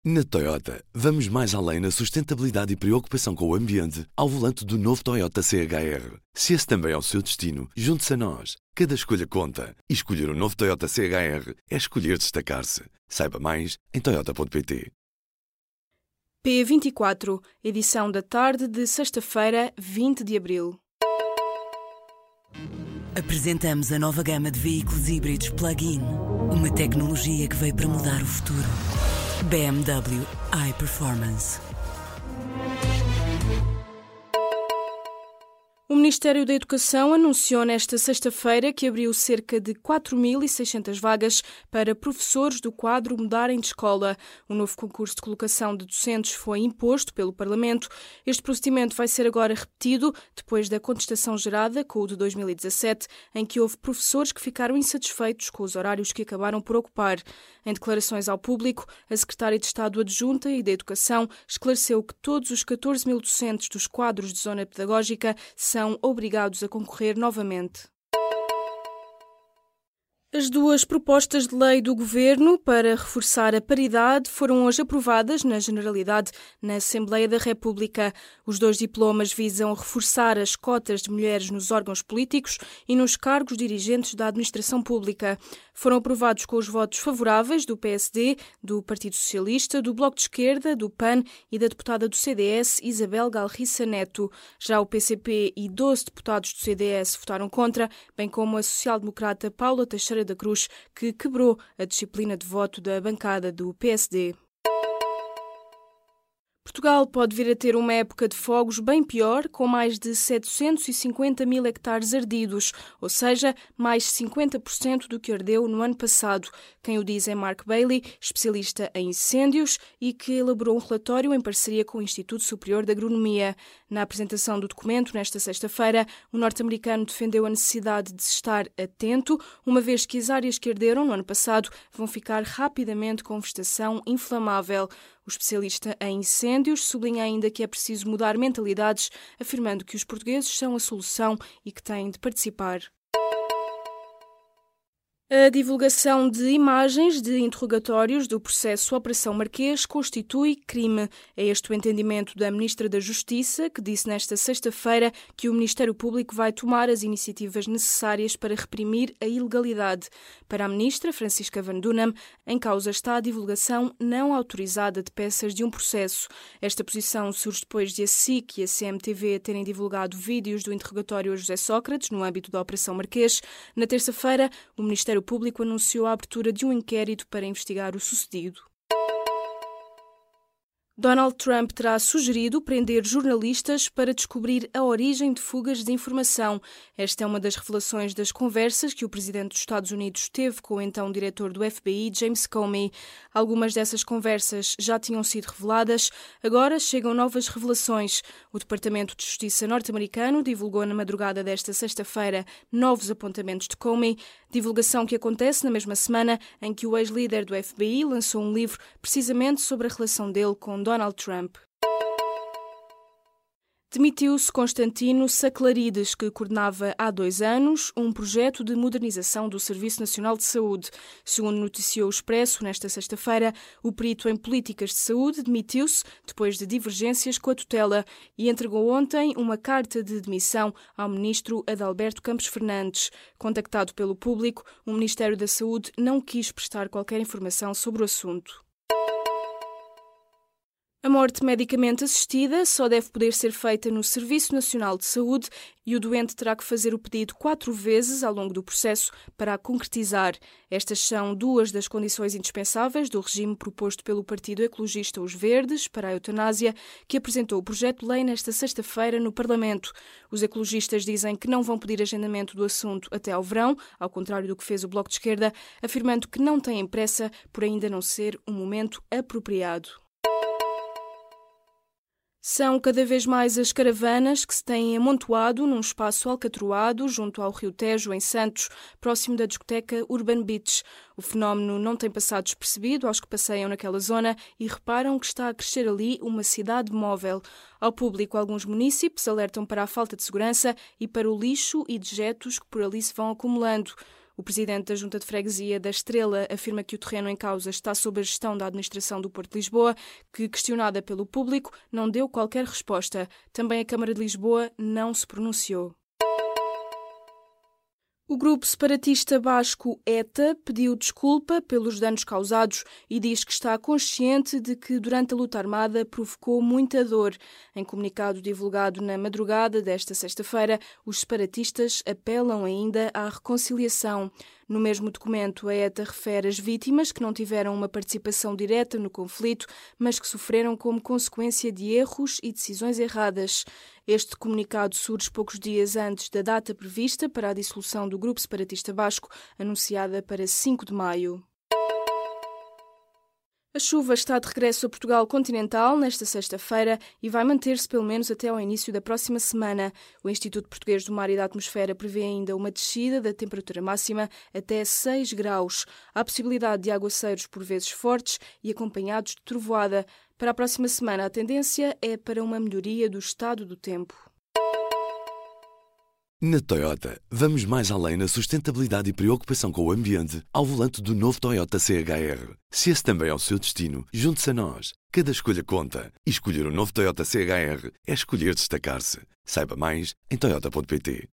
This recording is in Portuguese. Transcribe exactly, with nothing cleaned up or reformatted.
Na Toyota, vamos mais além na sustentabilidade e preocupação com o ambiente ao volante do novo Toyota C H R. Se esse também é o seu destino, junte-se a nós. Cada escolha conta. E escolher o novo Toyota C H R é escolher destacar-se. Saiba mais em toyota ponto pt. P vinte e quatro, edição da tarde de sexta-feira, vinte de abril. Apresentamos a nova gama de veículos híbridos plug-in. Uma tecnologia que veio para mudar o futuro. B M W iPerformance. O Ministério da Educação anunciou nesta sexta-feira que abriu cerca de quatro mil e seiscentas vagas para professores do quadro Mudarem de Escola. O novo concurso de colocação de docentes foi imposto pelo Parlamento. Este procedimento vai ser agora repetido depois da contestação gerada com o de dois mil e dezassete, em que houve professores que ficaram insatisfeitos com os horários que acabaram por ocupar. Em declarações ao público, a Secretária de Estado Adjunta e da Educação esclareceu que todos os catorze mil docentes dos quadros de zona pedagógica são são obrigados a concorrer novamente. As duas propostas de lei do Governo para reforçar a paridade foram hoje aprovadas, na generalidade, na Assembleia da República. Os dois diplomas visam reforçar as cotas de mulheres nos órgãos políticos e nos cargos dirigentes da administração pública. Foram aprovados com os votos favoráveis do P S D, do Partido Socialista, do Bloco de Esquerda, do P A N e da deputada do C D S, Isabel Galriça Neto. Já o P C P e doze deputados do C D S votaram contra, bem como a social-democrata Paula Teixeira da Cruz, que quebrou a disciplina de voto da bancada do P S D. Portugal pode vir a ter uma época de fogos bem pior, com mais de setecentos e cinquenta mil hectares ardidos, ou seja, mais cinquenta por cento do que ardeu no ano passado. Quem o diz é Mark Bailey, especialista em incêndios e que elaborou um relatório em parceria com o Instituto Superior de Agronomia. Na apresentação do documento, nesta sexta-feira, o norte-americano defendeu a necessidade de se estar atento, uma vez que as áreas que arderam no ano passado vão ficar rapidamente com vegetação inflamável. O especialista em incêndios sublinha ainda que é preciso mudar mentalidades, afirmando que os portugueses são a solução e que têm de participar. A divulgação de imagens de interrogatórios do processo Operação Marquês constitui crime. É este o entendimento da Ministra da Justiça, que disse nesta sexta-feira que o Ministério Público vai tomar as iniciativas necessárias para reprimir a ilegalidade. Para a Ministra, Francisca Van Dunham, em causa está a divulgação não autorizada de peças de um processo. Esta posição surge depois de a S I C e a C M T V terem divulgado vídeos do interrogatório a José Sócrates, no âmbito da Operação Marquês. Na terça-feira, o Ministério O Público anunciou a abertura de um inquérito para investigar o sucedido. Donald Trump terá sugerido prender jornalistas para descobrir a origem de fugas de informação. Esta é uma das revelações das conversas que o presidente dos Estados Unidos teve com o então diretor do F B I, James Comey. Algumas dessas conversas já tinham sido reveladas, agora chegam novas revelações. O Departamento de Justiça norte-americano divulgou na madrugada desta sexta-feira novos apontamentos de Comey, divulgação que acontece na mesma semana em que o ex-líder do F B I lançou um livro precisamente sobre a relação dele com Donald Trump. Demitiu-se Constantino Saclarides, que coordenava há dois anos um projeto de modernização do Serviço Nacional de Saúde. Segundo noticiou o Expresso, nesta sexta-feira, o perito em políticas de saúde demitiu-se depois de divergências com a tutela e entregou ontem uma carta de demissão ao ministro Adalberto Campos Fernandes. Contactado pelo Público, o Ministério da Saúde não quis prestar qualquer informação sobre o assunto. A morte medicamente assistida só deve poder ser feita no Serviço Nacional de Saúde e o doente terá que fazer o pedido quatro vezes ao longo do processo para a concretizar. Estas são duas das condições indispensáveis do regime proposto pelo Partido Ecologista Os Verdes para a eutanásia, que apresentou o projeto de lei nesta sexta-feira no Parlamento. Os ecologistas dizem que não vão pedir agendamento do assunto até ao verão, ao contrário do que fez o Bloco de Esquerda, afirmando que não têm pressa por ainda não ser um momento apropriado. São cada vez mais as caravanas que se têm amontoado num espaço alcatroado junto ao Rio Tejo, em Santos, próximo da discoteca Urban Beach. O fenómeno não tem passado despercebido aos que passeiam naquela zona e reparam que está a crescer ali uma cidade móvel. Ao público, alguns munícipes alertam para a falta de segurança e para o lixo e dejetos que por ali se vão acumulando. O presidente da Junta de Freguesia da Estrela afirma que o terreno em causa está sob a gestão da administração do Porto de Lisboa, que, questionada pelo público, não deu qualquer resposta. Também a Câmara de Lisboa não se pronunciou. O grupo separatista basco ETA pediu desculpa pelos danos causados e diz que está consciente de que durante a luta armada provocou muita dor. Em comunicado divulgado na madrugada desta sexta-feira, os separatistas apelam ainda à reconciliação. No mesmo documento, a ETA refere as vítimas que não tiveram uma participação direta no conflito, mas que sofreram como consequência de erros e decisões erradas. Este comunicado surge poucos dias antes da data prevista para a dissolução do grupo separatista basco, anunciada para cinco de maio. A chuva está de regresso a Portugal continental nesta sexta-feira e vai manter-se pelo menos até ao início da próxima semana. O Instituto Português do Mar e da Atmosfera prevê ainda uma descida da temperatura máxima até seis graus. Há possibilidade de aguaceiros por vezes fortes e acompanhados de trovoada. Para a próxima semana, a tendência é para uma melhoria do estado do tempo. Na Toyota, vamos mais além na sustentabilidade e preocupação com o ambiente ao volante do novo Toyota C H R. Se esse também é o seu destino, junte-se a nós. Cada escolha conta. E escolher o novo Toyota C H R é escolher destacar-se. Saiba mais em toyota ponto pt.